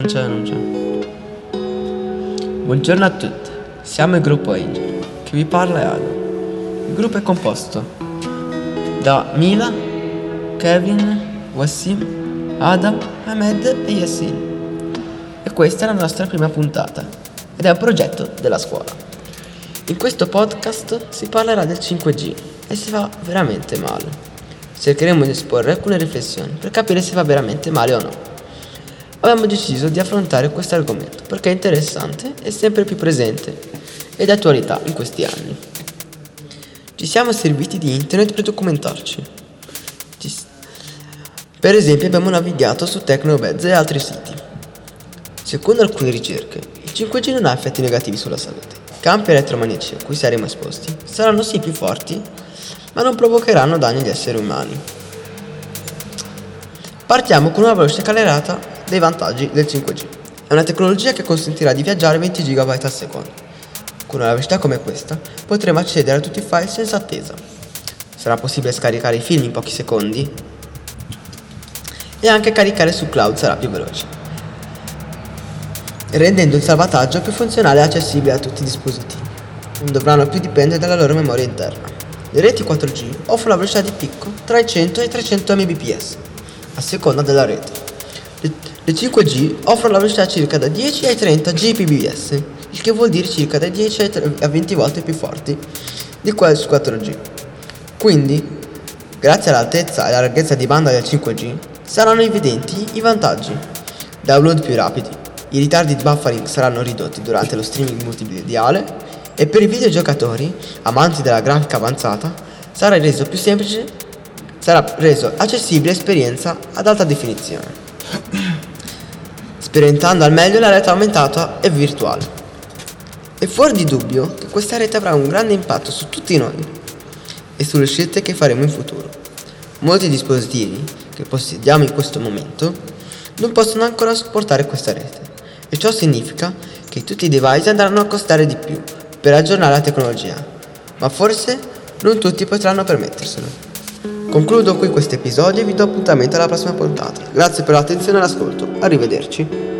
Non c'è. Buongiorno a tutti, siamo il gruppo Angel. Chi vi parla è Adam. Il gruppo è composto da Mila, Kevin, Wassim, Adam, Ahmed e Yassin. E questa è la nostra prima puntata ed è un progetto della scuola. In questo podcast si parlerà del 5G e se va veramente male. Cercheremo di esporre alcune riflessioni per capire se va veramente male o no. Abbiamo deciso di affrontare questo argomento perché è interessante e sempre più presente ed è attualità in questi anni. Ci siamo serviti di internet per documentarci. Per esempio abbiamo navigato su Tecnobezza e altri siti. Secondo alcune ricerche, il 5G non ha effetti negativi sulla salute. I campi elettromagnetici a cui saremo esposti saranno sì più forti, ma non provocheranno danni agli esseri umani. Partiamo con una veloce calerata dei vantaggi del 5G. È una tecnologia che consentirà di viaggiare 20 GB al secondo. Con una velocità come questa potremo accedere a tutti i file senza attesa. Sarà possibile scaricare i film in pochi secondi e anche caricare su cloud sarà più veloce, rendendo il salvataggio più funzionale e accessibile a tutti i dispositivi. Non dovranno più dipendere dalla loro memoria interna. Le reti 4G offrono la velocità di picco tra i 100 e i 300 Mbps a seconda della rete. Le 5G offrono la velocità circa da 10 ai 30 Gbps, il che vuol dire circa da 10 a 20 volte più forti di quelle su 4G. Quindi, grazie all'altezza e alla larghezza di banda del 5G, saranno evidenti i vantaggi. Download più rapidi, i ritardi di buffering saranno ridotti durante lo streaming multimediale e per i videogiocatori, amanti della grafica avanzata, sarà reso accessibile esperienza ad alta definizione, sperimentando al meglio la realtà aumentata e virtuale. È fuori di dubbio che questa rete avrà un grande impatto su tutti noi e sulle scelte che faremo in futuro. Molti dispositivi che possediamo in questo momento non possono ancora supportare questa rete e ciò significa che tutti i device andranno a costare di più per aggiornare la tecnologia, ma forse non tutti potranno permetterselo. Concludo qui questo episodio e vi do appuntamento alla prossima puntata. Grazie per l'attenzione e l'ascolto. Arrivederci.